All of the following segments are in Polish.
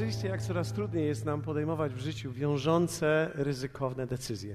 Zauważyliście, jak coraz trudniej jest nam podejmować w życiu wiążące, ryzykowne decyzje.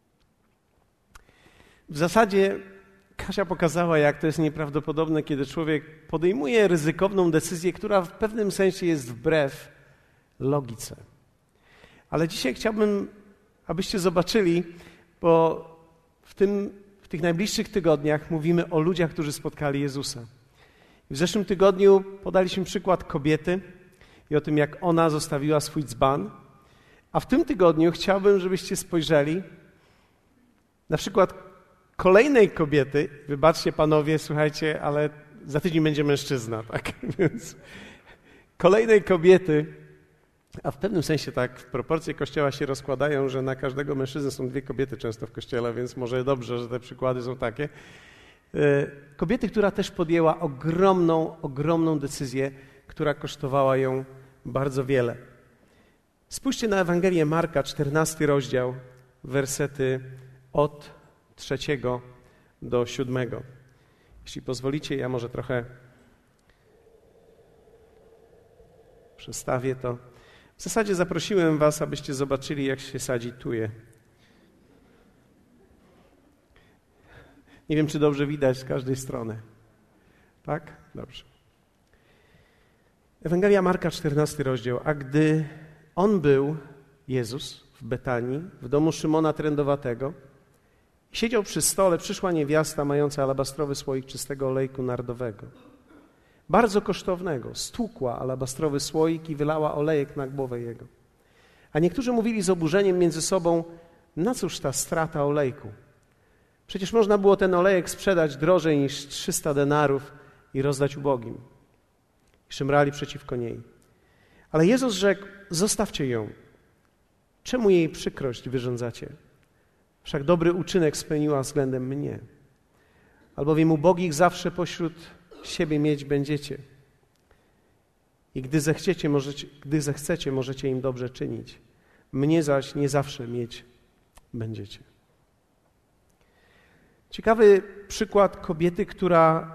W zasadzie Kasia pokazała, jak to jest nieprawdopodobne, kiedy człowiek podejmuje ryzykowną decyzję, która w pewnym sensie jest wbrew logice. Ale dzisiaj chciałbym, abyście zobaczyli, bo w tych najbliższych tygodniach mówimy o ludziach, którzy spotkali Jezusa. W zeszłym tygodniu podaliśmy przykład kobiety i o tym, jak ona zostawiła swój dzban. A w tym tygodniu chciałbym, żebyście spojrzeli na przykład kolejnej kobiety. Wybaczcie panowie, słuchajcie, ale za tydzień będzie mężczyzna, tak? Więc kolejnej kobiety, a w pewnym sensie tak proporcje Kościoła się rozkładają, że na każdego mężczyznę są 2 kobiety często w Kościele, więc może dobrze, że te przykłady są takie. Kobiety, która też podjęła ogromną decyzję, która kosztowała ją bardzo wiele. Spójrzcie na Ewangelię Marka, 14 rozdział, wersety od 3 do 7. Jeśli pozwolicie, ja może trochę przestawię to. W zasadzie zaprosiłem was, abyście zobaczyli, jak się sadzi tuje. Nie wiem, czy dobrze widać z każdej strony. Tak? Dobrze. Ewangelia Marka, 14 rozdział. A gdy on był, Jezus, w Betanii, w domu Szymona Trędowatego, siedział przy stole, przyszła niewiasta mająca alabastrowy słoik czystego olejku nardowego. Bardzo kosztownego. Stłukła alabastrowy słoik i wylała olejek na głowę jego. A niektórzy mówili z oburzeniem między sobą, na cóż ta strata olejku? Przecież można było ten olejek sprzedać drożej niż 300 denarów i rozdać ubogim. I szemrali przeciwko niej. Ale Jezus rzekł, zostawcie ją. Czemu jej przykrość wyrządzacie? Wszak dobry uczynek spełniła względem mnie. Albowiem ubogich zawsze pośród siebie mieć będziecie. I gdy zechcecie, możecie im dobrze czynić. Mnie zaś nie zawsze mieć będziecie. Ciekawy przykład kobiety, która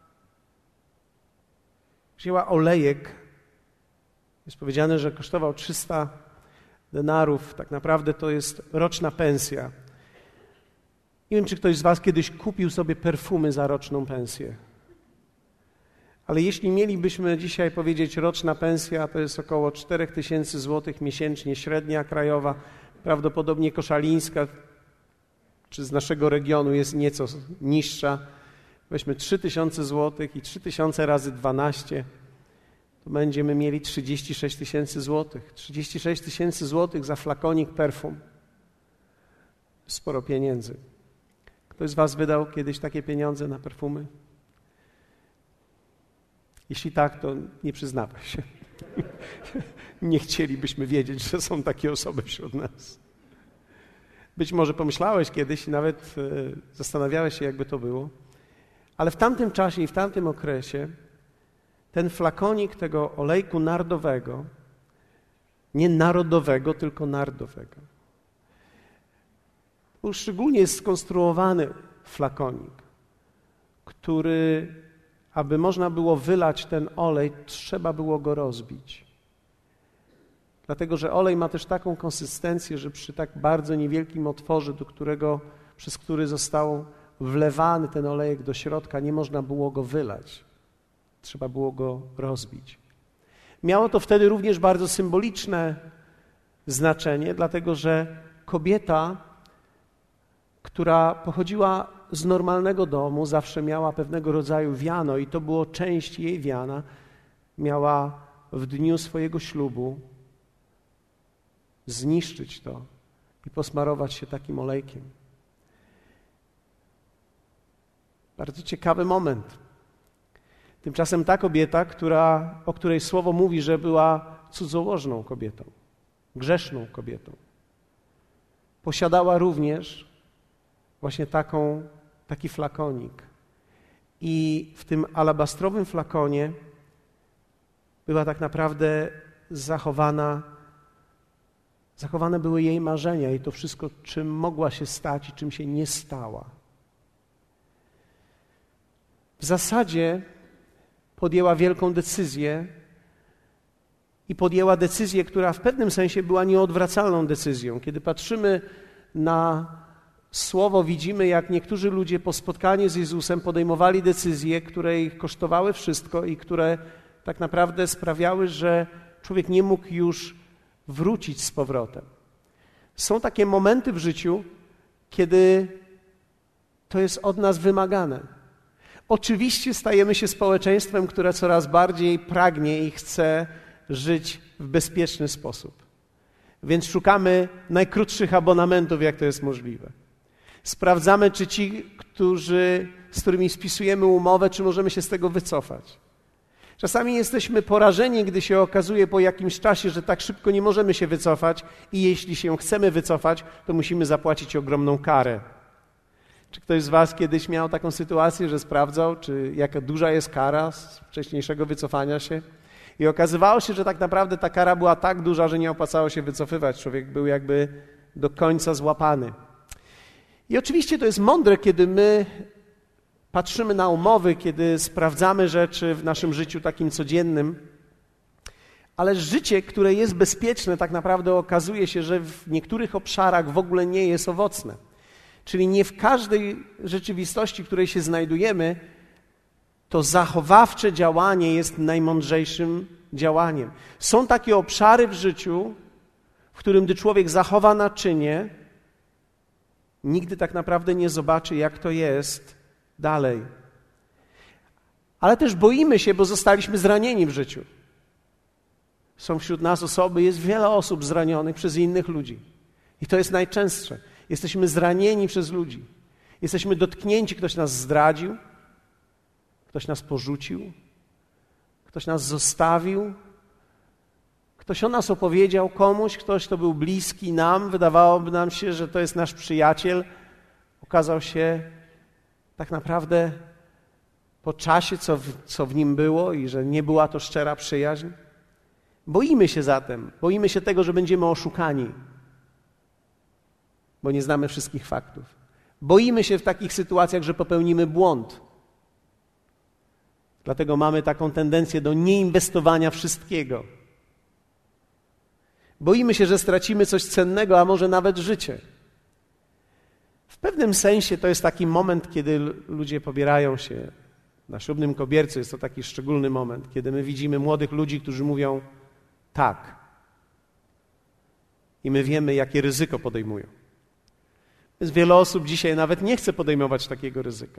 wzięła olejek. Jest powiedziane, że kosztował 300 denarów. Tak naprawdę to jest roczna pensja. Nie wiem, czy ktoś z was kiedyś kupił sobie perfumy za roczną pensję. Ale jeśli mielibyśmy dzisiaj powiedzieć roczna pensja, to jest około 4000 zł miesięcznie, średnia krajowa, prawdopodobnie koszalińska, czy z naszego regionu jest nieco niższa. Weźmy 3000 zł i 3000 razy 12, to będziemy mieli 36 000 zł. 36 000 zł za flakonik perfum. Sporo pieniędzy. Ktoś z was wydał kiedyś takie pieniądze na perfumy? Jeśli tak, to nie przyznawaj się. Nie chcielibyśmy wiedzieć, że są takie osoby wśród nas. Być może pomyślałeś kiedyś i nawet zastanawiałeś się, jakby to było. Ale w tamtym czasie i w tamtym okresie ten flakonik tego olejku nardowego, nie narodowego, tylko nardowego, był szczególnie skonstruowany flakonik, który, aby można było wylać ten olej, trzeba było go rozbić. Dlatego, że olej ma też taką konsystencję, że przy tak bardzo niewielkim otworze, przez który został wlewany ten olejek do środka, nie można było go wylać. Trzeba było go rozbić. Miało to wtedy również bardzo symboliczne znaczenie, dlatego że kobieta, która pochodziła z normalnego domu, zawsze miała pewnego rodzaju wiano i to było część jej wiana, miała w dniu swojego ślubu zniszczyć to i posmarować się takim olejkiem. Bardzo ciekawy moment. Tymczasem ta kobieta, o której słowo mówi, że była cudzołożną kobietą, grzeszną kobietą, posiadała również właśnie taki flakonik. I w tym alabastrowym flakonie była tak naprawdę zachowane były jej marzenia i to wszystko, czym mogła się stać i czym się nie stała. W zasadzie podjęła wielką decyzję, i podjęła decyzję, która w pewnym sensie była nieodwracalną decyzją. Kiedy patrzymy na Słowo, widzimy, jak niektórzy ludzie po spotkaniu z Jezusem podejmowali decyzje, które ich kosztowały wszystko i które tak naprawdę sprawiały, że człowiek nie mógł już wrócić z powrotem. Są takie momenty w życiu, kiedy to jest od nas wymagane. Oczywiście stajemy się społeczeństwem, które coraz bardziej pragnie i chce żyć w bezpieczny sposób. Więc szukamy najkrótszych abonamentów, jak to jest możliwe. Sprawdzamy, czy ci, z którymi spisujemy umowę, czy możemy się z tego wycofać. Czasami jesteśmy porażeni, gdy się okazuje po jakimś czasie, że tak szybko nie możemy się wycofać i jeśli się chcemy wycofać, to musimy zapłacić ogromną karę. Czy ktoś z was kiedyś miał taką sytuację, że sprawdzał, czy jaka duża jest kara z wcześniejszego wycofania się? I okazywało się, że tak naprawdę ta kara była tak duża, że nie opłacało się wycofywać. Człowiek był jakby do końca złapany. I oczywiście to jest mądre, kiedy my patrzymy na umowy, kiedy sprawdzamy rzeczy w naszym życiu takim codziennym, ale życie, które jest bezpieczne, tak naprawdę okazuje się, że w niektórych obszarach w ogóle nie jest owocne. Czyli nie w każdej rzeczywistości, w której się znajdujemy, to zachowawcze działanie jest najmądrzejszym działaniem. Są takie obszary w życiu, w którym gdy człowiek zachowa naczynie, nigdy tak naprawdę nie zobaczy, jak to jest dalej. Ale też boimy się, bo zostaliśmy zranieni w życiu. Są wśród nas osoby, jest wiele osób zranionych przez innych ludzi. I to jest najczęstsze. Jesteśmy zranieni przez ludzi. Jesteśmy dotknięci, ktoś nas zdradził, ktoś nas porzucił, ktoś nas zostawił, ktoś o nas opowiedział komuś, ktoś, kto był bliski nam, wydawałoby nam się, że to jest nasz przyjaciel, okazał się tak naprawdę po czasie, co w nim było i że nie była to szczera przyjaźń. Boimy się zatem, boimy się tego, że będziemy oszukani, bo nie znamy wszystkich faktów. Boimy się w takich sytuacjach, że popełnimy błąd. Dlatego mamy taką tendencję do nieinwestowania wszystkiego. Boimy się, że stracimy coś cennego, a może nawet życie. W pewnym sensie to jest taki moment, kiedy ludzie pobierają się na ślubnym kobiercu. Jest to taki szczególny moment, kiedy my widzimy młodych ludzi, którzy mówią tak. I my wiemy, jakie ryzyko podejmują. Więc wiele osób dzisiaj nawet nie chce podejmować takiego ryzyka.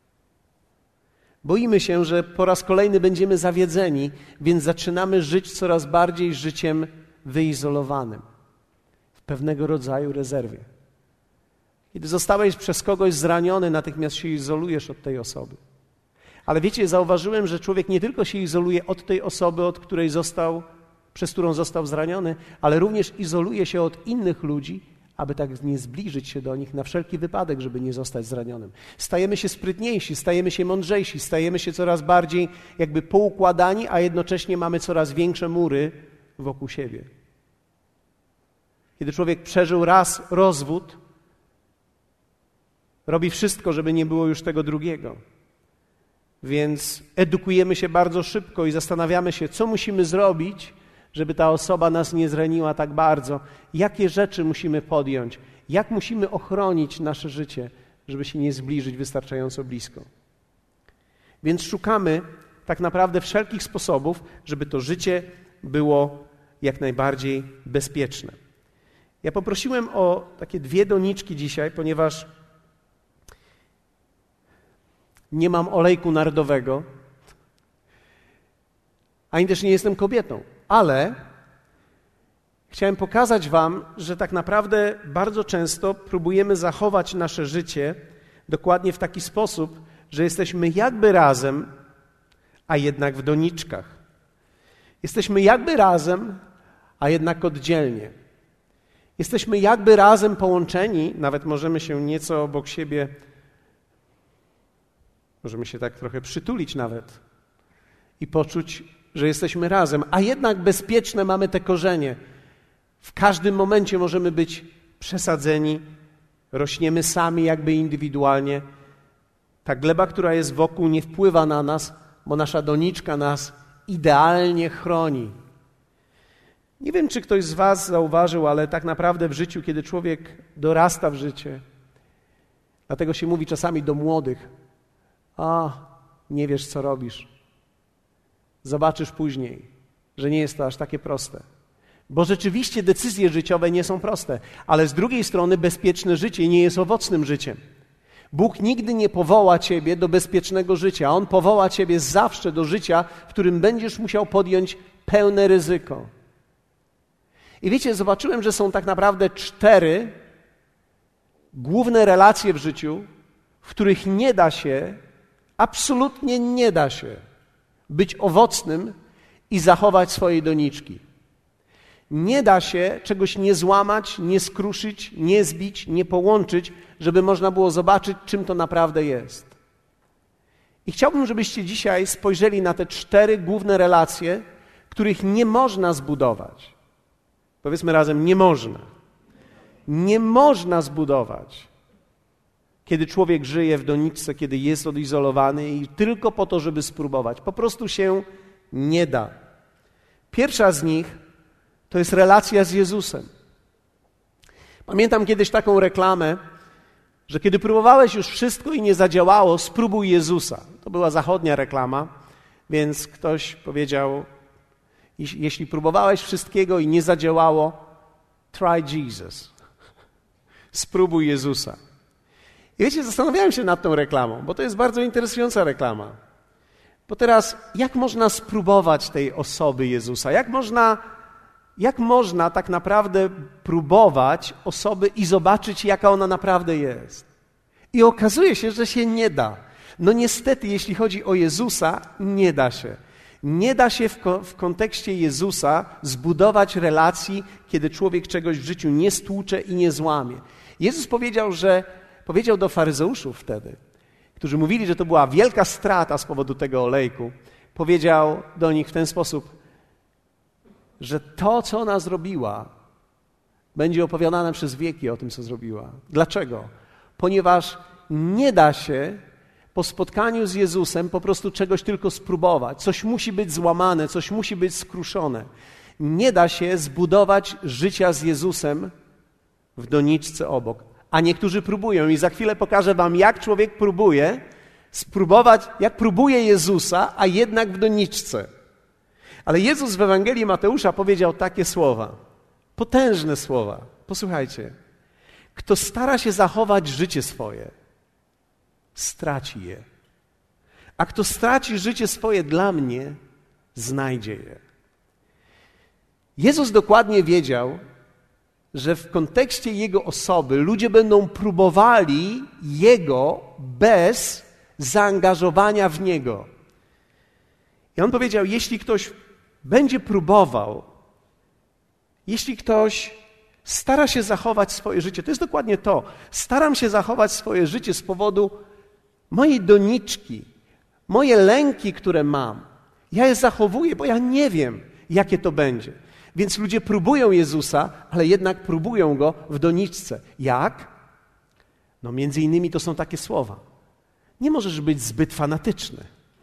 Boimy się, że po raz kolejny będziemy zawiedzeni, więc zaczynamy żyć coraz bardziej życiem wyizolowanym, w pewnego rodzaju rezerwie. Kiedy zostałeś przez kogoś zraniony, natychmiast się izolujesz od tej osoby. Ale wiecie, zauważyłem, że człowiek nie tylko się izoluje od tej osoby, przez którą został zraniony, ale również izoluje się od innych ludzi, aby tak nie zbliżyć się do nich na wszelki wypadek, żeby nie zostać zranionym. Stajemy się sprytniejsi, stajemy się mądrzejsi, stajemy się coraz bardziej jakby poukładani, a jednocześnie mamy coraz większe mury wokół siebie. Kiedy człowiek przeżył raz rozwód, robi wszystko, żeby nie było już tego drugiego. Więc edukujemy się bardzo szybko i zastanawiamy się, co musimy zrobić, żeby ta osoba nas nie zraniła tak bardzo. Jakie rzeczy musimy podjąć? Jak musimy ochronić nasze życie, żeby się nie zbliżyć wystarczająco blisko? Więc szukamy tak naprawdę wszelkich sposobów, żeby to życie było jak najbardziej bezpieczne. Ja poprosiłem o takie 2 doniczki dzisiaj, ponieważ nie mam olejku nardowego, ani też nie jestem kobietą, ale chciałem pokazać wam, że tak naprawdę bardzo często próbujemy zachować nasze życie dokładnie w taki sposób, że jesteśmy jakby razem, a jednak w doniczkach. Jesteśmy jakby razem, a jednak oddzielnie. Jesteśmy jakby razem połączeni, nawet możemy się nieco obok siebie, możemy się tak trochę przytulić nawet i poczuć, że jesteśmy razem, a jednak bezpieczne mamy te korzenie. W każdym momencie możemy być przesadzeni, rośniemy sami jakby indywidualnie. Ta gleba, która jest wokół, nie wpływa na nas, bo nasza doniczka nas idealnie chroni. Nie wiem, czy ktoś z was zauważył, ale tak naprawdę w życiu, kiedy człowiek dorasta w życie, dlatego się mówi czasami do młodych: nie wiesz, co robisz. Zobaczysz później, że nie jest to aż takie proste. Bo rzeczywiście decyzje życiowe nie są proste, ale z drugiej strony bezpieczne życie nie jest owocnym życiem. Bóg nigdy nie powoła ciebie do bezpiecznego życia. On powoła ciebie zawsze do życia, w którym będziesz musiał podjąć pełne ryzyko. I wiecie, zobaczyłem, że są tak naprawdę 4 główne relacje w życiu, w których nie da się, absolutnie nie da się być owocnym i zachować swojej doniczki. Nie da się czegoś nie złamać, nie skruszyć, nie zbić, nie połączyć, żeby można było zobaczyć, czym to naprawdę jest. I chciałbym, żebyście dzisiaj spojrzeli na te 4 główne relacje, których nie można zbudować. Powiedzmy razem: nie można. Nie można zbudować, kiedy człowiek żyje w doniczce, kiedy jest odizolowany i tylko po to, żeby spróbować. Po prostu się nie da. Pierwsza z nich to jest relacja z Jezusem. Pamiętam kiedyś taką reklamę, że kiedy próbowałeś już wszystko i nie zadziałało, spróbuj Jezusa. To była zachodnia reklama, więc ktoś powiedział: jeśli próbowałeś wszystkiego i nie zadziałało, try Jesus. Spróbuj Jezusa. I wiecie, zastanawiałem się nad tą reklamą, bo to jest bardzo interesująca reklama. Bo teraz, jak można spróbować tej osoby Jezusa? Jak można tak naprawdę próbować osoby i zobaczyć, jaka ona naprawdę jest? I okazuje się, że się nie da. No niestety, jeśli chodzi o Jezusa, nie da się. Nie da się w kontekście Jezusa zbudować relacji, kiedy człowiek czegoś w życiu nie stłucze i nie złamie. Jezus powiedział do faryzeuszów wtedy, którzy mówili, że to była wielka strata z powodu tego olejku, powiedział do nich w ten sposób, że to, co ona zrobiła, będzie opowiadane przez wieki o tym, co zrobiła. Dlaczego? Ponieważ nie da się po spotkaniu z Jezusem po prostu czegoś tylko spróbować. Coś musi być złamane, coś musi być skruszone. Nie da się zbudować życia z Jezusem w doniczce obok. A niektórzy próbują i za chwilę pokażę wam, jak człowiek próbuje spróbować, jak próbuje Jezusa, a jednak w doniczce. Ale Jezus w Ewangelii Mateusza powiedział takie słowa, potężne słowa. Posłuchajcie. Kto stara się zachować życie swoje, straci je. A kto straci życie swoje dla mnie, znajdzie je. Jezus dokładnie wiedział, że w kontekście Jego osoby ludzie będą próbowali Jego bez zaangażowania w Niego. I On powiedział, jeśli ktoś będzie próbował, jeśli ktoś stara się zachować swoje życie, to jest dokładnie to. Staram się zachować swoje życie z powodu mojej doniczki, moje lęki, które mam. Ja je zachowuję, bo ja nie wiem, jakie to będzie. Więc ludzie próbują Jezusa, ale jednak próbują Go w doniczce. Jak? No między innymi to są takie słowa. Nie możesz być zbyt fanatyczny.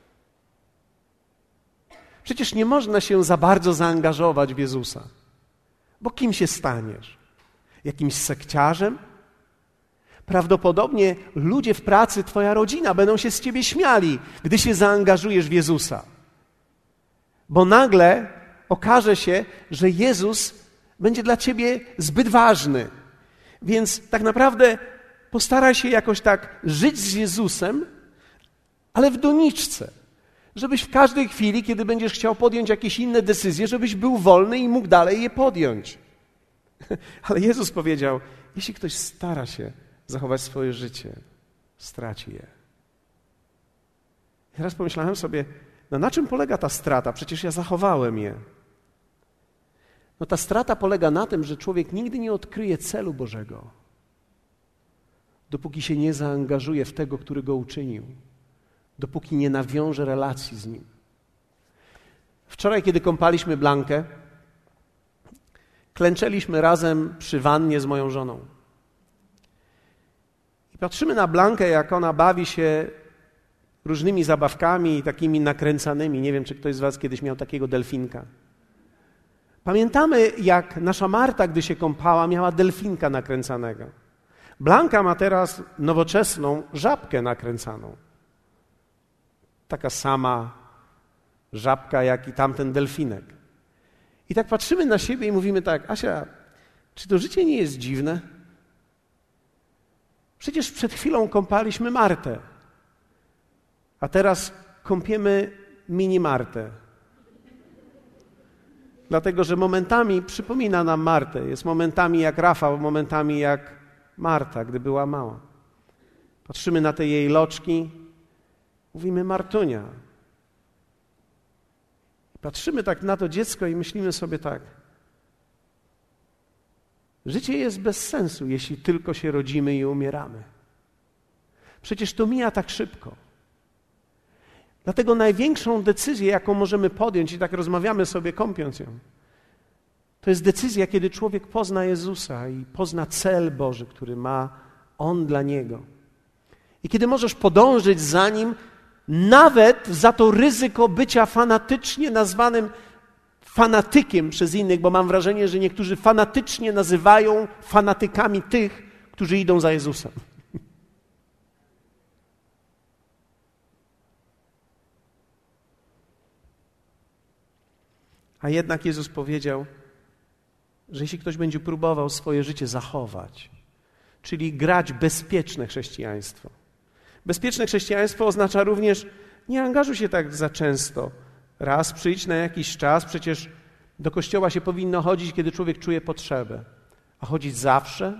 Przecież nie można się za bardzo zaangażować w Jezusa. Bo kim się staniesz? Jakimś sekciarzem? Prawdopodobnie ludzie w pracy, twoja rodzina będą się z ciebie śmiali, gdy się zaangażujesz w Jezusa. Bo nagle okaże się, że Jezus będzie dla ciebie zbyt ważny. Więc tak naprawdę postaraj się jakoś tak żyć z Jezusem, ale w doniczce. Żebyś w każdej chwili, kiedy będziesz chciał podjąć jakieś inne decyzje, żebyś był wolny i mógł dalej je podjąć. Ale Jezus powiedział, jeśli ktoś stara się zachować swoje życie, straci je. I teraz pomyślałem sobie, no na czym polega ta strata? Przecież ja zachowałem je. No ta strata polega na tym, że człowiek nigdy nie odkryje celu Bożego, dopóki się nie zaangażuje w tego, który go uczynił, dopóki nie nawiąże relacji z Nim. Wczoraj, kiedy kąpaliśmy Blankę, klęczeliśmy razem przy wannie z moją żoną. I patrzymy na Blankę, jak ona bawi się różnymi zabawkami, takimi nakręcanymi. Nie wiem, czy ktoś z was kiedyś miał takiego delfinka. Pamiętamy, jak nasza Marta, gdy się kąpała, miała delfinka nakręcanego. Blanka ma teraz nowoczesną żabkę nakręcaną. Taka sama żabka, jak i tamten delfinek. I tak patrzymy na siebie i mówimy tak: Asia, czy to życie nie jest dziwne? Przecież przed chwilą kąpaliśmy Martę, a teraz kąpiemy mini Martę. Dlatego, że momentami przypomina nam Martę. Jest momentami jak Rafał, momentami jak Marta, gdy była mała. Patrzymy na te jej loczki, mówimy: Martunia. Patrzymy tak na to dziecko i myślimy sobie tak: życie jest bez sensu, jeśli tylko się rodzimy i umieramy. Przecież to mija tak szybko. Dlatego największą decyzję, jaką możemy podjąć, i tak rozmawiamy sobie, kąpiąc ją, to jest decyzja, kiedy człowiek pozna Jezusa i pozna cel Boży, który ma On dla niego. I kiedy możesz podążyć za Nim, nawet za to ryzyko bycia fanatycznie nazwanym fanatykiem przez innych, bo mam wrażenie, że niektórzy fanatycznie nazywają fanatykami tych, którzy idą za Jezusem. A jednak Jezus powiedział, że jeśli ktoś będzie próbował swoje życie zachować, czyli grać bezpieczne chrześcijaństwo. Bezpieczne chrześcijaństwo oznacza również: nie angażuj się tak za często. Raz przyjdź na jakiś czas, przecież do kościoła się powinno chodzić, kiedy człowiek czuje potrzebę. A chodzić zawsze?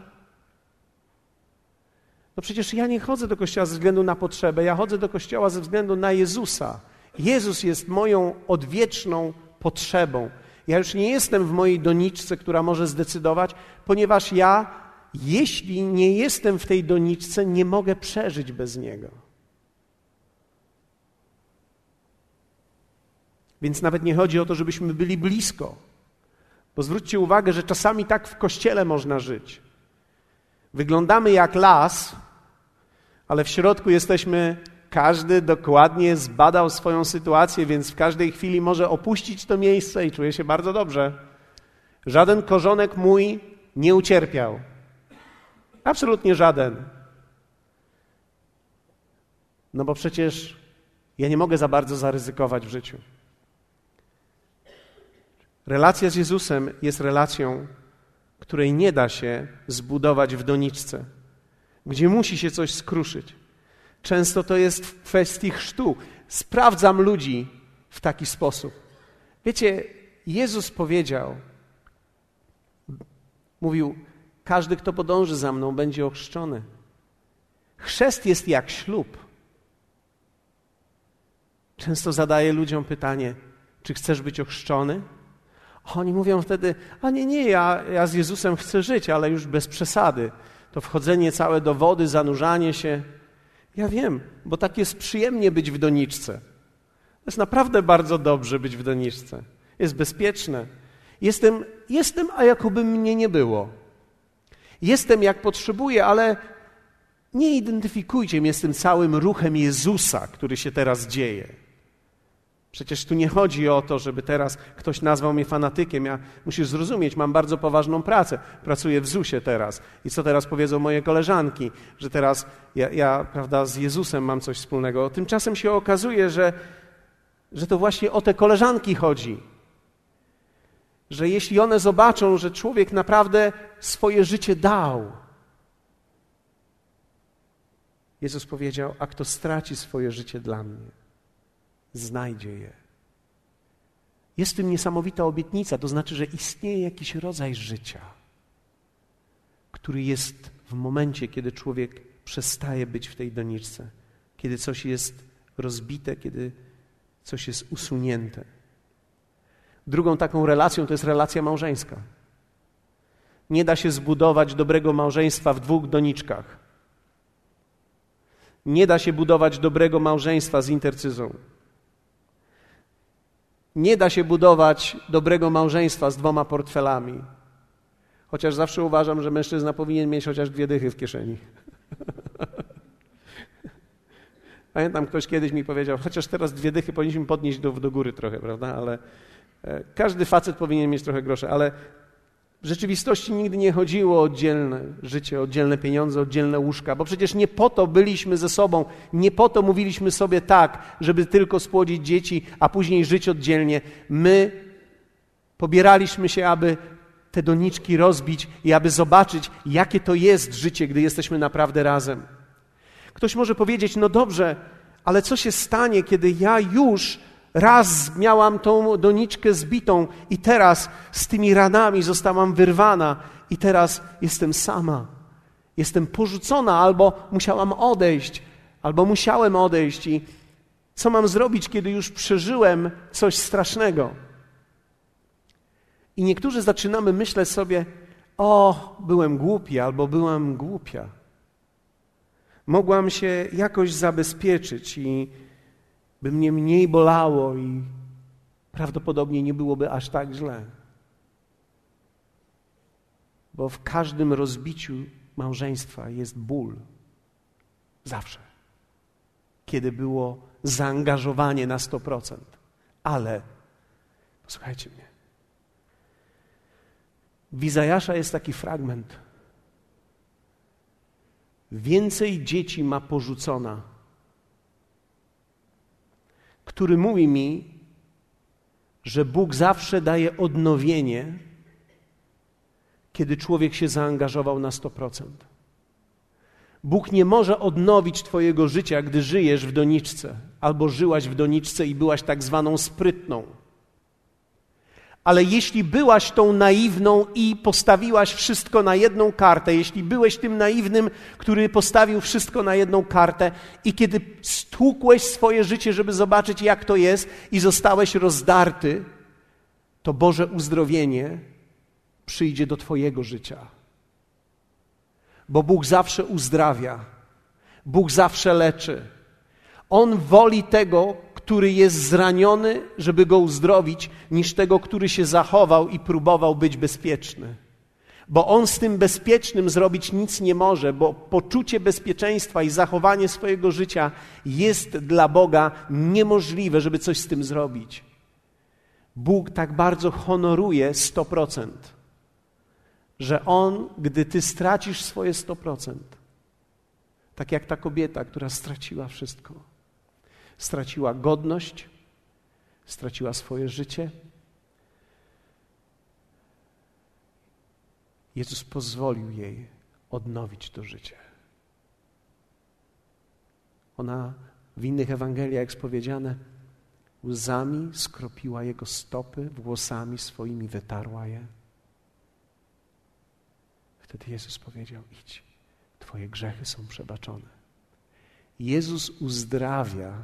No przecież ja nie chodzę do kościoła ze względu na potrzebę, ja chodzę do kościoła ze względu na Jezusa. Jezus jest moją odwieczną potrzebą. Ja już nie jestem w mojej doniczce, która może zdecydować, ponieważ ja, jeśli nie jestem w tej doniczce, nie mogę przeżyć bez Niego. Więc nawet nie chodzi o to, żebyśmy byli blisko. Bo zwróćcie uwagę, że czasami tak w kościele można żyć. Wyglądamy jak las, ale w środku jesteśmy... Każdy dokładnie zbadał swoją sytuację, więc w każdej chwili może opuścić to miejsce i czuje się bardzo dobrze. Żaden korzonek mój nie ucierpiał. Absolutnie żaden. No bo przecież ja nie mogę za bardzo zaryzykować w życiu. Relacja z Jezusem jest relacją, której nie da się zbudować w doniczce, gdzie musi się coś skruszyć. Często to jest w kwestii chrztu. Sprawdzam ludzi w taki sposób. Wiecie, Jezus mówił: każdy, kto podąży za mną, będzie ochrzczony. Chrzest jest jak ślub. Często zadaję ludziom pytanie: czy chcesz być ochrzczony? Oni mówią wtedy: a nie, ja z Jezusem chcę żyć, ale już bez przesady. To wchodzenie całe do wody, zanurzanie się. Ja wiem, bo tak jest przyjemnie być w doniczce. To jest naprawdę bardzo dobrze być w doniczce. Jest bezpieczne. Jestem, a jakoby mnie nie było. Jestem jak potrzebuję, ale nie identyfikujcie mnie z tym całym ruchem Jezusa, który się teraz dzieje. Przecież tu nie chodzi o to, żeby teraz ktoś nazwał mnie fanatykiem. Musisz zrozumieć, mam bardzo poważną pracę. Pracuję w ZUS-ie teraz. I co teraz powiedzą moje koleżanki? Że teraz ja prawda, z Jezusem mam coś wspólnego. Tymczasem się okazuje, że to właśnie o te koleżanki chodzi. Że jeśli one zobaczą, że człowiek naprawdę swoje życie dał. Jezus powiedział: a kto straci swoje życie dla mnie, znajdzie je. Jest w tym niesamowita obietnica, to znaczy, że istnieje jakiś rodzaj życia, który jest w momencie, kiedy człowiek przestaje być w tej doniczce, kiedy coś jest rozbite, kiedy coś jest usunięte. Drugą taką relacją to jest relacja małżeńska. Nie da się zbudować dobrego małżeństwa w dwóch doniczkach. Nie da się budować dobrego małżeństwa z intercyzą. Nie da się budować dobrego małżeństwa z 2 portfelami. Chociaż zawsze uważam, że mężczyzna powinien mieć chociaż 2 dychy w kieszeni. Pamiętam, ktoś kiedyś mi powiedział: chociaż teraz 2 dychy powinniśmy podnieść do góry trochę, prawda? Każdy facet powinien mieć trochę groszy, ale w rzeczywistości nigdy nie chodziło o oddzielne życie, oddzielne pieniądze, oddzielne łóżka, bo przecież nie po to byliśmy ze sobą, nie po to mówiliśmy sobie tak, żeby tylko spłodzić dzieci, a później żyć oddzielnie. My pobieraliśmy się, aby te doniczki rozbić i aby zobaczyć, jakie to jest życie, gdy jesteśmy naprawdę razem. Ktoś może powiedzieć, no dobrze, ale co się stanie, kiedy ja już raz miałam tą doniczkę zbitą i teraz z tymi ranami zostałam wyrwana i teraz jestem sama. Jestem porzucona, albo musiałam odejść, albo musiałem odejść. I co mam zrobić, kiedy już przeżyłem coś strasznego? I niektórzy zaczynamy myśleć sobie, byłem głupi albo byłam głupia. Mogłam się jakoś zabezpieczyć i by mnie mniej bolało i prawdopodobnie nie byłoby aż tak źle. Bo w każdym rozbiciu małżeństwa jest ból. Zawsze. Kiedy było zaangażowanie na 100%. Ale, posłuchajcie mnie, w Izajasza jest taki fragment. Więcej dzieci ma porzucona, który mówi mi, że Bóg zawsze daje odnowienie, kiedy człowiek się zaangażował na 100%. Bóg nie może odnowić twojego życia, gdy żyjesz w doniczce, albo żyłaś w doniczce i byłaś tak zwaną sprytną. Ale jeśli byłaś tą naiwną i postawiłaś wszystko na jedną kartę, jeśli byłeś tym naiwnym, który postawił wszystko na jedną kartę i kiedy stłukłeś swoje życie, żeby zobaczyć, jak to jest i zostałeś rozdarty, to Boże uzdrowienie przyjdzie do twojego życia. Bo Bóg zawsze uzdrawia. Bóg zawsze leczy. On woli tego, który jest zraniony, żeby go uzdrowić, niż tego, który się zachował i próbował być bezpieczny. Bo on z tym bezpiecznym zrobić nic nie może, bo poczucie bezpieczeństwa i zachowanie swojego życia jest dla Boga niemożliwe, żeby coś z tym zrobić. Bóg tak bardzo honoruje 100%, że On, gdy ty stracisz swoje 100%, tak jak ta kobieta, która straciła wszystko, straciła godność, straciła swoje życie. Jezus pozwolił jej odnowić to życie. Ona w innych Ewangeliach, jak powiedziane, łzami skropiła jego stopy, włosami swoimi wytarła je. Wtedy Jezus powiedział, idź, twoje grzechy są przebaczone. Jezus uzdrawia,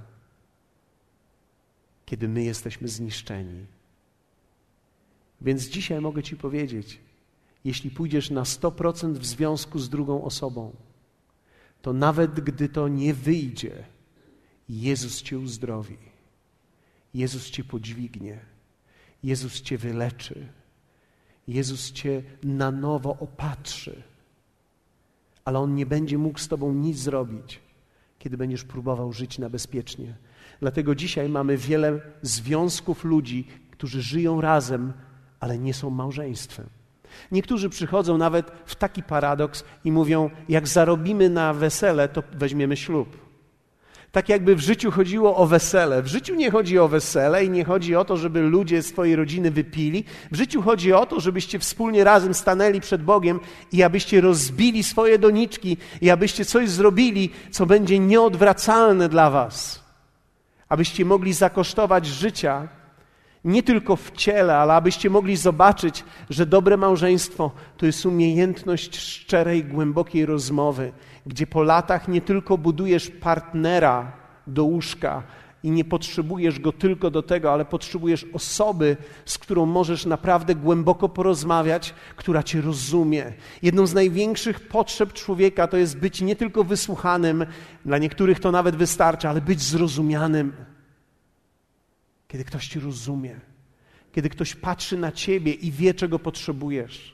kiedy my jesteśmy zniszczeni. Więc dzisiaj mogę ci powiedzieć, jeśli pójdziesz na 100% w związku z drugą osobą, to nawet gdy to nie wyjdzie, Jezus cię uzdrowi. Jezus cię podźwignie. Jezus cię wyleczy. Jezus cię na nowo opatrzy. Ale On nie będzie mógł z tobą nic zrobić, kiedy będziesz próbował żyć na bezpiecznie. Dlatego dzisiaj mamy wiele związków ludzi, którzy żyją razem, ale nie są małżeństwem. Niektórzy przychodzą nawet w taki paradoks i mówią, jak zarobimy na wesele, to weźmiemy ślub. Tak jakby w życiu chodziło o wesele. W życiu nie chodzi o wesele i nie chodzi o to, żeby ludzie z twojej rodziny wypili. W życiu chodzi o to, żebyście wspólnie razem stanęli przed Bogiem i abyście rozbili swoje doniczki i abyście coś zrobili, co będzie nieodwracalne dla was. Abyście mogli zakosztować życia nie tylko w ciele, ale abyście mogli zobaczyć, że dobre małżeństwo to jest umiejętność szczerej, głębokiej rozmowy, gdzie po latach nie tylko budujesz partnera do łóżka i nie potrzebujesz go tylko do tego, ale potrzebujesz osoby, z którą możesz naprawdę głęboko porozmawiać, która cię rozumie. Jedną z największych potrzeb człowieka to jest być nie tylko wysłuchanym, dla niektórych to nawet wystarcza, ale być zrozumianym. Kiedy ktoś cię rozumie, kiedy ktoś patrzy na ciebie i wie, czego potrzebujesz.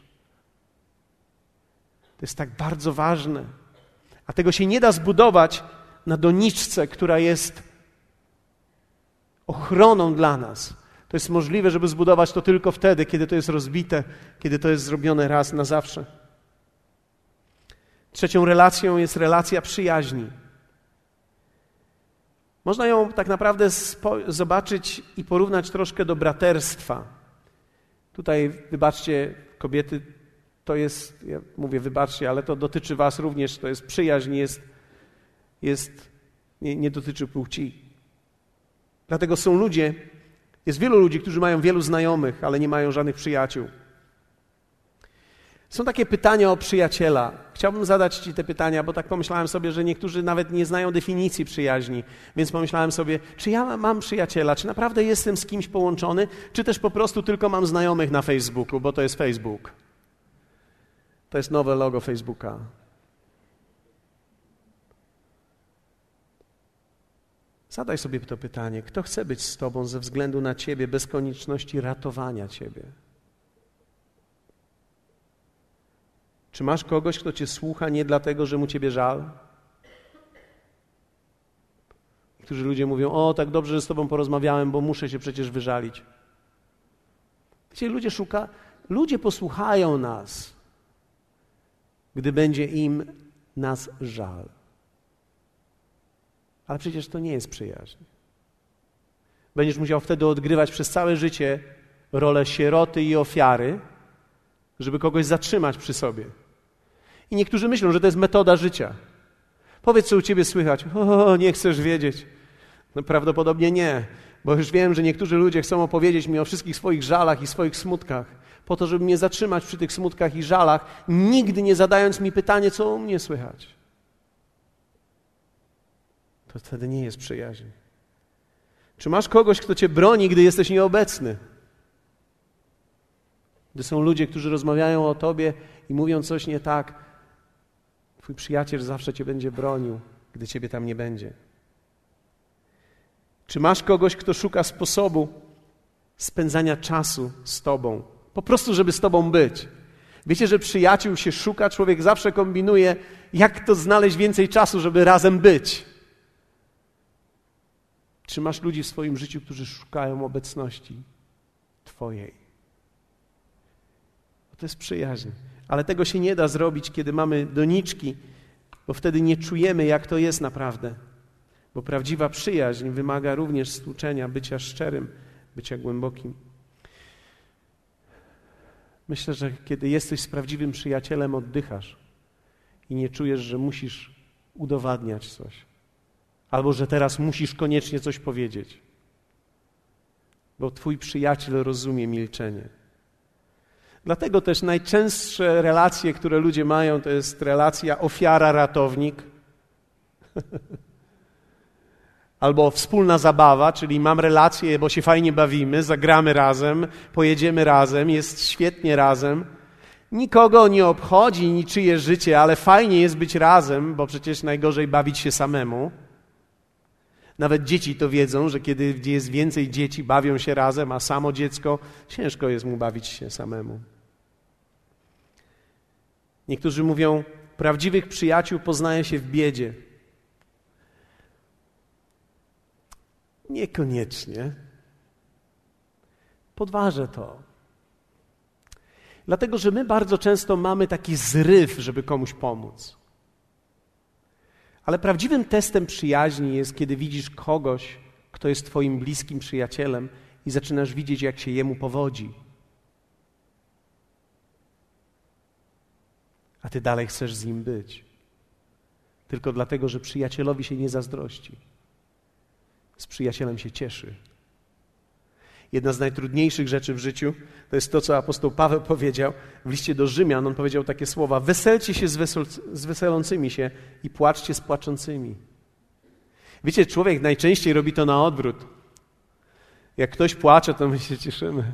To jest tak bardzo ważne. A tego się nie da zbudować na doniczce, która jest ochroną dla nas. To jest możliwe, żeby zbudować to tylko wtedy, kiedy to jest rozbite, kiedy to jest zrobione raz na zawsze. Trzecią relacją jest relacja przyjaźni. Można ją tak naprawdę zobaczyć i porównać troszkę do braterstwa. Tutaj, wybaczcie, kobiety, to jest, ja mówię wybaczcie, ale to dotyczy was również, to jest przyjaźń, nie dotyczy płci. Dlatego jest wielu ludzi, którzy mają wielu znajomych, ale nie mają żadnych przyjaciół. Są takie pytania o przyjaciela. Chciałbym zadać ci te pytania, bo tak pomyślałem sobie, że niektórzy nawet nie znają definicji przyjaźni. Więc pomyślałem sobie, czy ja mam przyjaciela, czy naprawdę jestem z kimś połączony, czy też po prostu tylko mam znajomych na Facebooku, bo to jest Facebook. To jest nowe logo Facebooka. Zadaj sobie to pytanie, kto chce być z tobą ze względu na ciebie, bez konieczności ratowania ciebie? Czy masz kogoś, kto cię słucha nie dlatego, że mu ciebie żal? Niektórzy ludzie mówią, o tak dobrze, że z tobą porozmawiałem, bo muszę się przecież wyżalić. Wiecie, ludzie posłuchają nas, gdy będzie im nas żal. Ale przecież to nie jest przyjaźń. Będziesz musiał wtedy odgrywać przez całe życie rolę sieroty i ofiary, żeby kogoś zatrzymać przy sobie. I niektórzy myślą, że to jest metoda życia. Powiedz, co u ciebie słychać. O, nie chcesz wiedzieć. No prawdopodobnie nie, bo już wiem, że niektórzy ludzie chcą opowiedzieć mi o wszystkich swoich żalach i swoich smutkach, po to, żeby mnie zatrzymać przy tych smutkach i żalach, nigdy nie zadając mi pytania, co u mnie słychać. To wtedy nie jest przyjaźń. Czy masz kogoś, kto cię broni, gdy jesteś nieobecny? Gdy są ludzie, którzy rozmawiają o tobie i mówią coś nie tak, twój przyjaciel zawsze cię będzie bronił, gdy ciebie tam nie będzie. Czy masz kogoś, kto szuka sposobu spędzania czasu z tobą? Po prostu, żeby z tobą być. Wiecie, że przyjaciół się szuka, człowiek zawsze kombinuje, jak to znaleźć więcej czasu, żeby razem być. Czy masz ludzi w swoim życiu, którzy szukają obecności twojej? To jest przyjaźń. Ale tego się nie da zrobić, kiedy mamy doniczki, bo wtedy nie czujemy, jak to jest naprawdę. Bo prawdziwa przyjaźń wymaga również stłuczenia, bycia szczerym, bycia głębokim. Myślę, że kiedy jesteś z prawdziwym przyjacielem, oddychasz i nie czujesz, że musisz udowadniać coś. Albo że teraz musisz koniecznie coś powiedzieć. Bo twój przyjaciel rozumie milczenie. Dlatego też najczęstsze relacje, które ludzie mają, to jest relacja ofiara-ratownik. Albo wspólna zabawa, czyli mam relację, bo się fajnie bawimy, zagramy razem, pojedziemy razem, jest świetnie razem. Nikogo nie obchodzi niczyje życie, ale fajnie jest być razem, bo przecież najgorzej bawić się samemu. Nawet dzieci to wiedzą, że gdzie jest więcej dzieci, bawią się razem, a samo dziecko, ciężko jest mu bawić się samemu. Niektórzy mówią, prawdziwych przyjaciół poznaje się w biedzie. Niekoniecznie. Podważę to. Dlatego, że my bardzo często mamy taki zryw, żeby komuś pomóc. Ale prawdziwym testem przyjaźni jest, kiedy widzisz kogoś, kto jest twoim bliskim przyjacielem i zaczynasz widzieć, jak się jemu powodzi. A ty dalej chcesz z nim być. Tylko dlatego, że przyjacielowi się nie zazdrości. Z przyjacielem się cieszy. Jedna z najtrudniejszych rzeczy w życiu to jest to, co apostoł Paweł powiedział w liście do Rzymian. On powiedział takie słowa: weselcie się z weselącymi się i płaczcie z płaczącymi. Wiecie, człowiek najczęściej robi to na odwrót. Jak ktoś płacze, to my się cieszymy.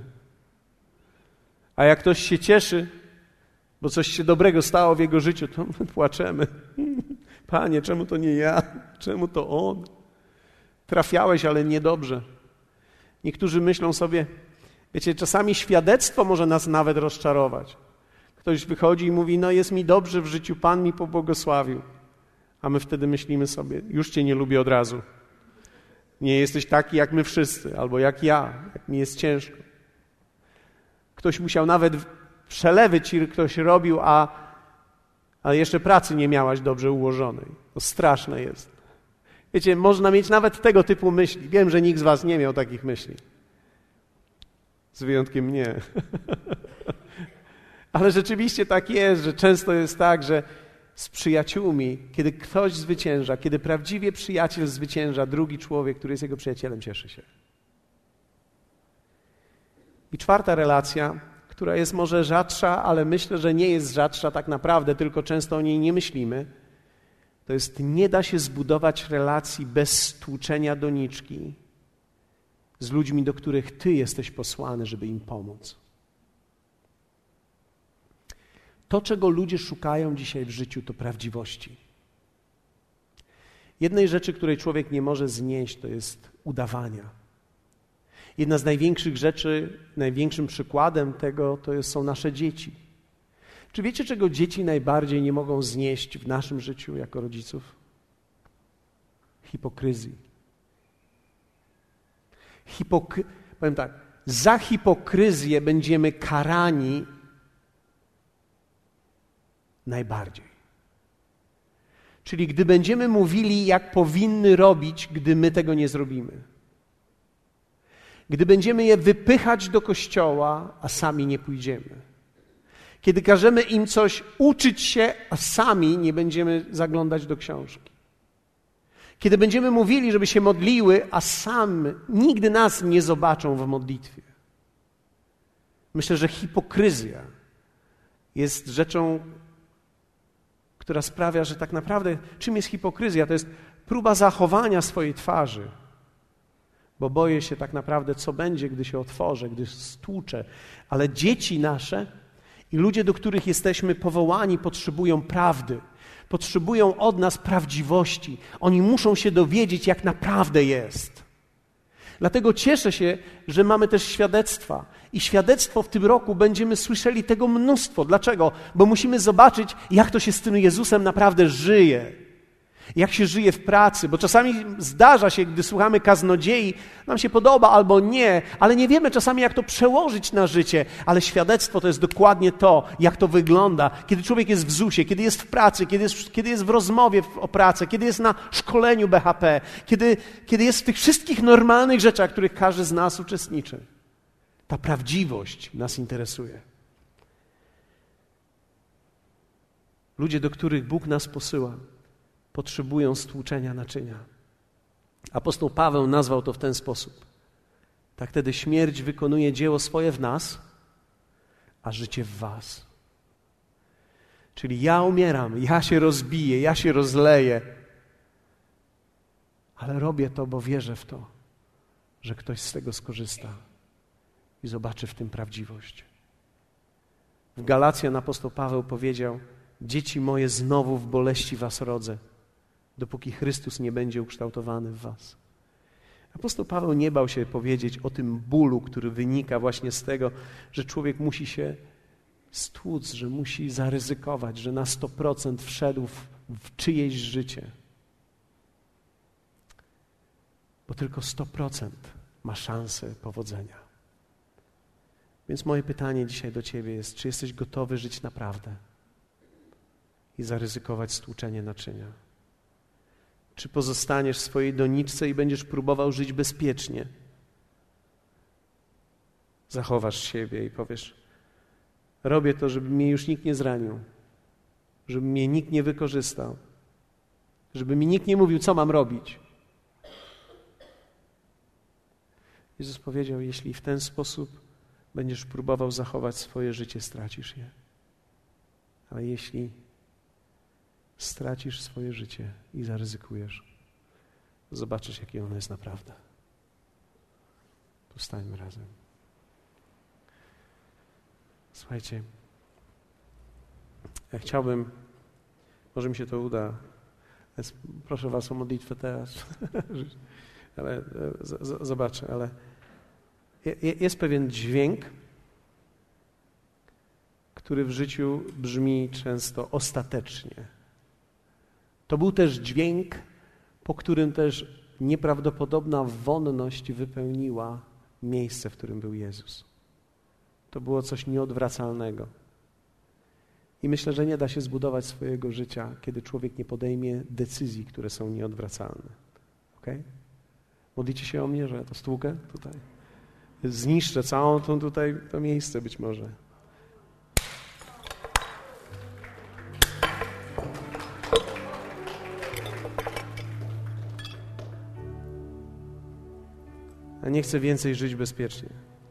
A jak ktoś się cieszy, bo coś się dobrego stało w jego życiu, to my płaczemy. Panie, czemu to nie ja? Czemu to on? Trafiałeś, ale niedobrze. Niektórzy myślą sobie, wiecie, czasami świadectwo może nas nawet rozczarować. Ktoś wychodzi i mówi, no jest mi dobrze w życiu, Pan mi pobłogosławił. A my wtedy myślimy sobie, już Cię nie lubię od razu. Nie jesteś taki jak my wszyscy, albo jak ja, jak mi jest ciężko. Ktoś musiał nawet przelewy ci ktoś robił, a jeszcze pracy nie miałaś dobrze ułożonej. To straszne jest. Wiecie, można mieć nawet tego typu myśli. Wiem, że nikt z was nie miał takich myśli. Z wyjątkiem mnie. Ale rzeczywiście tak jest, że często jest tak, że z przyjaciółmi, kiedy ktoś zwycięża, kiedy prawdziwie przyjaciel zwycięża, drugi człowiek, który jest jego przyjacielem, cieszy się. I czwarta relacja, która jest może rzadsza, ale myślę, że nie jest rzadsza tak naprawdę, tylko często o niej nie myślimy, to jest nie da się zbudować relacji bez stłuczenia doniczki z ludźmi, do których ty jesteś posłany, żeby im pomóc. To, czego ludzie szukają dzisiaj w życiu, to prawdziwości. Jednej rzeczy, której człowiek nie może znieść, to jest udawania. Jedna z największych rzeczy, największym przykładem tego są nasze dzieci. Czy wiecie, czego dzieci najbardziej nie mogą znieść w naszym życiu jako rodziców? Hipokryzji. Powiem tak, za hipokryzję będziemy karani najbardziej. Czyli gdy będziemy mówili, jak powinny robić, gdy my tego nie zrobimy. Gdy będziemy je wypychać do kościoła, a sami nie pójdziemy. Kiedy każemy im coś uczyć się, a sami nie będziemy zaglądać do książki. Kiedy będziemy mówili, żeby się modliły, a sami nigdy nas nie zobaczą w modlitwie. Myślę, że hipokryzja jest rzeczą, która sprawia, że tak naprawdę czym jest hipokryzja? To jest próba zachowania swojej twarzy. Bo boję się tak naprawdę, co będzie, gdy się otworzę, gdy stłuczę. Ale dzieci nasze i ludzie, do których jesteśmy powołani, potrzebują prawdy. Potrzebują od nas prawdziwości. Oni muszą się dowiedzieć, jak naprawdę jest. Dlatego cieszę się, że mamy też świadectwa. I świadectwo w tym roku będziemy słyszeli tego mnóstwo. Dlaczego? Bo musimy zobaczyć, jak to się z tym Jezusem naprawdę żyje. Jak się żyje w pracy, bo czasami zdarza się, gdy słuchamy kaznodziei, nam się podoba albo nie, ale nie wiemy czasami, jak to przełożyć na życie, ale świadectwo to jest dokładnie to, jak to wygląda, kiedy człowiek jest w ZUS-ie, kiedy jest w pracy, kiedy jest w rozmowie o pracę, kiedy jest na szkoleniu BHP, kiedy jest w tych wszystkich normalnych rzeczach, w których każdy z nas uczestniczy. Ta prawdziwość nas interesuje. Ludzie, do których Bóg nas posyła, potrzebują stłuczenia naczynia. Apostoł Paweł nazwał to w ten sposób. Tak wtedy śmierć wykonuje dzieło swoje w nas, a życie w was. Czyli ja umieram, ja się rozbiję, ja się rozleję, ale robię to, bo wierzę w to, że ktoś z tego skorzysta i zobaczy w tym prawdziwość. W Galacjan apostoł Paweł powiedział: dzieci moje, znowu w boleści was rodzę, dopóki Chrystus nie będzie ukształtowany w was. Apostoł Paweł nie bał się powiedzieć o tym bólu, który wynika właśnie z tego, że człowiek musi się stłuc, że musi zaryzykować, że na 100% wszedł w czyjeś życie. Bo tylko 100% ma szansę powodzenia. Więc moje pytanie dzisiaj do ciebie jest, czy jesteś gotowy żyć naprawdę i zaryzykować stłuczenie naczynia? Czy pozostaniesz w swojej doniczce i będziesz próbował żyć bezpiecznie? Zachowasz siebie i powiesz: robię to, żeby mnie już nikt nie zranił, żeby mnie nikt nie wykorzystał, żeby mi nikt nie mówił, co mam robić. Jezus powiedział: jeśli w ten sposób będziesz próbował zachować swoje życie, stracisz je. Ale jeśli stracisz swoje życie i zaryzykujesz, zobaczysz, jakie ono jest naprawdę. Powstańmy razem. Słuchajcie, ja chciałbym, może mi się to uda, więc proszę was o modlitwę teraz, ale zobaczę, ale jest pewien dźwięk, który w życiu brzmi często ostatecznie. To był też dźwięk, po którym też nieprawdopodobna wonność wypełniła miejsce, w którym był Jezus. To było coś nieodwracalnego. I myślę, że nie da się zbudować swojego życia, kiedy człowiek nie podejmie decyzji, które są nieodwracalne. Okay? Modlicie się o mnie, że to stłukę tutaj. Zniszczę całą to miejsce być może. A nie chcę więcej żyć bezpiecznie.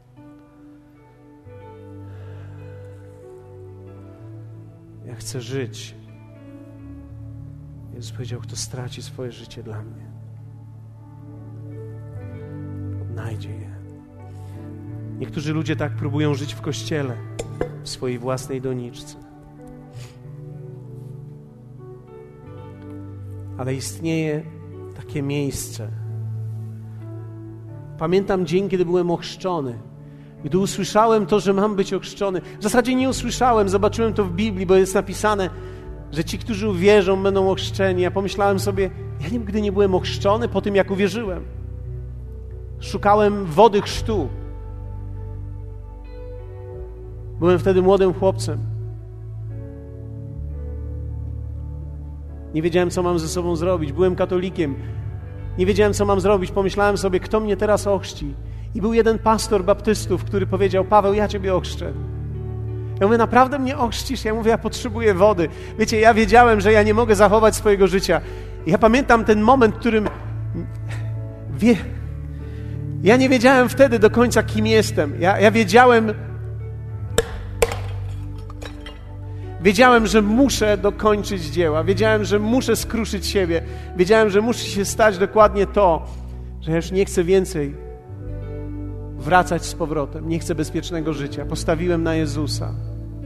Ja chcę żyć. Jezus powiedział, kto straci swoje życie dla mnie, odnajdzie je. Niektórzy ludzie tak próbują żyć w Kościele, w swojej własnej doniczce. Ale istnieje takie miejsce. Pamiętam dzień, kiedy byłem ochrzczony. Gdy usłyszałem to, że mam być ochrzczony. W zasadzie nie usłyszałem, zobaczyłem to w Biblii, bo jest napisane, że ci, którzy uwierzą, będą ochrzczeni. Ja pomyślałem sobie, ja nigdy nie byłem ochrzczony po tym, jak uwierzyłem. Szukałem wody chrztu. Byłem wtedy młodym chłopcem. Nie wiedziałem, co mam ze sobą zrobić. Byłem katolikiem. Nie wiedziałem, co mam zrobić. Pomyślałem sobie, kto mnie teraz ochrzci. I był jeden pastor baptystów, który powiedział, Paweł, ja ciebie ochrzczę. Ja mówię, naprawdę mnie ochrzcisz? Ja mówię, ja potrzebuję wody. Wiecie, ja wiedziałem, że ja nie mogę zachować swojego życia. I ja pamiętam ten moment, w którym ja nie wiedziałem wtedy do końca, kim jestem. Ja wiedziałem, że muszę dokończyć dzieła. Wiedziałem, że muszę skruszyć siebie. Wiedziałem, że musi się stać dokładnie to, że ja już nie chcę więcej wracać z powrotem. Nie chcę bezpiecznego życia. Postawiłem na Jezusa.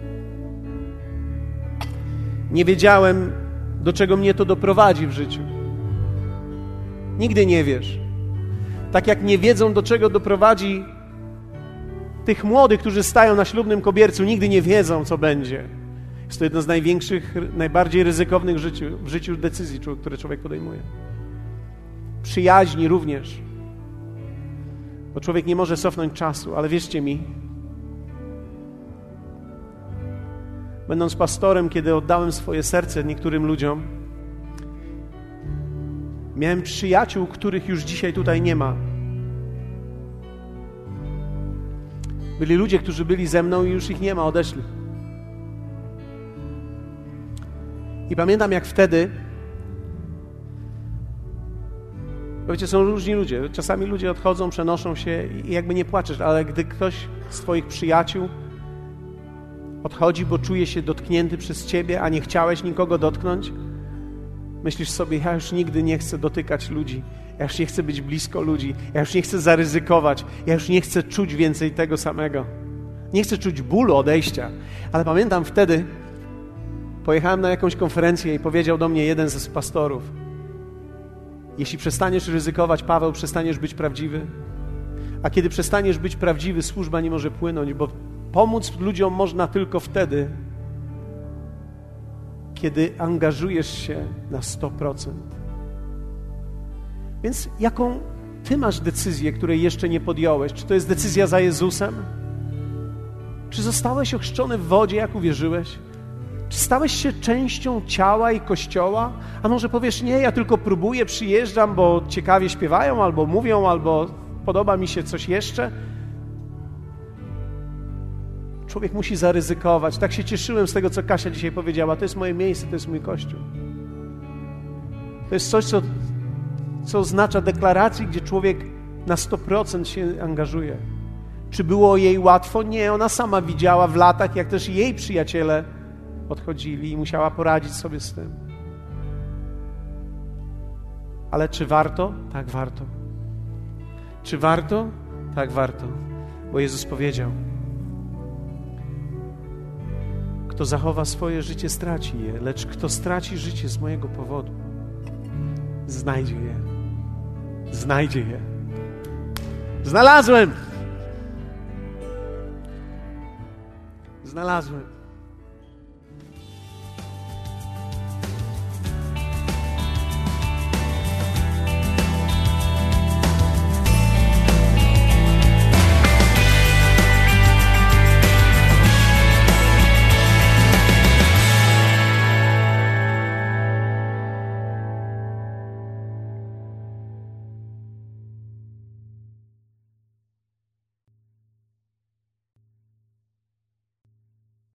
Nie wiedziałem, do czego mnie to doprowadzi w życiu. Nigdy nie wiesz. Tak jak nie wiedzą, do czego doprowadzi tych młodych, którzy stają na ślubnym kobiercu, nigdy nie wiedzą, co będzie. Jest to jedna z największych, najbardziej ryzykownych w życiu decyzji, które człowiek podejmuje. Przyjaźni również. Bo człowiek nie może cofnąć czasu, ale wierzcie mi, będąc pastorem, kiedy oddałem swoje serce niektórym ludziom, miałem przyjaciół, których już dzisiaj tutaj nie ma. Byli ludzie, którzy byli ze mną i już ich nie ma, odeszli. I pamiętam, jak wtedy, wiecie, są różni ludzie. Czasami ludzie odchodzą, przenoszą się i jakby nie płaczesz, ale gdy ktoś z twoich przyjaciół odchodzi, bo czuje się dotknięty przez ciebie, a nie chciałeś nikogo dotknąć, myślisz sobie, ja już nigdy nie chcę dotykać ludzi, ja już nie chcę być blisko ludzi, ja już nie chcę zaryzykować, ja już nie chcę czuć więcej tego samego. Nie chcę czuć bólu odejścia. Ale pamiętam wtedy, pojechałem na jakąś konferencję i powiedział do mnie jeden z pastorów, jeśli przestaniesz ryzykować, Paweł, przestaniesz być prawdziwy. A kiedy przestaniesz być prawdziwy, służba nie może płynąć, bo pomóc ludziom można tylko wtedy, kiedy angażujesz się na 100%. Więc jaką ty masz decyzję, której jeszcze nie podjąłeś? Czy to jest decyzja za Jezusem? Czy zostałeś ochrzczony w wodzie, jak uwierzyłeś? Czy stałeś się częścią ciała i Kościoła? A może powiesz, nie, ja tylko próbuję, przyjeżdżam, bo ciekawie śpiewają, albo mówią, albo podoba mi się coś jeszcze? Człowiek musi zaryzykować. Tak się cieszyłem z tego, co Kasia dzisiaj powiedziała. To jest moje miejsce, to jest mój Kościół. To jest coś, co oznacza deklarację, gdzie człowiek na 100% się angażuje. Czy było jej łatwo? Nie, ona sama widziała w latach, jak też jej przyjaciele odchodzili i musiała poradzić sobie z tym. Ale czy warto? Tak, warto. Czy warto? Tak, warto. Bo Jezus powiedział, kto zachowa swoje życie, straci je, lecz kto straci życie z mojego powodu, znajdzie je. Znajdzie je. Znalazłem! Znalazłem.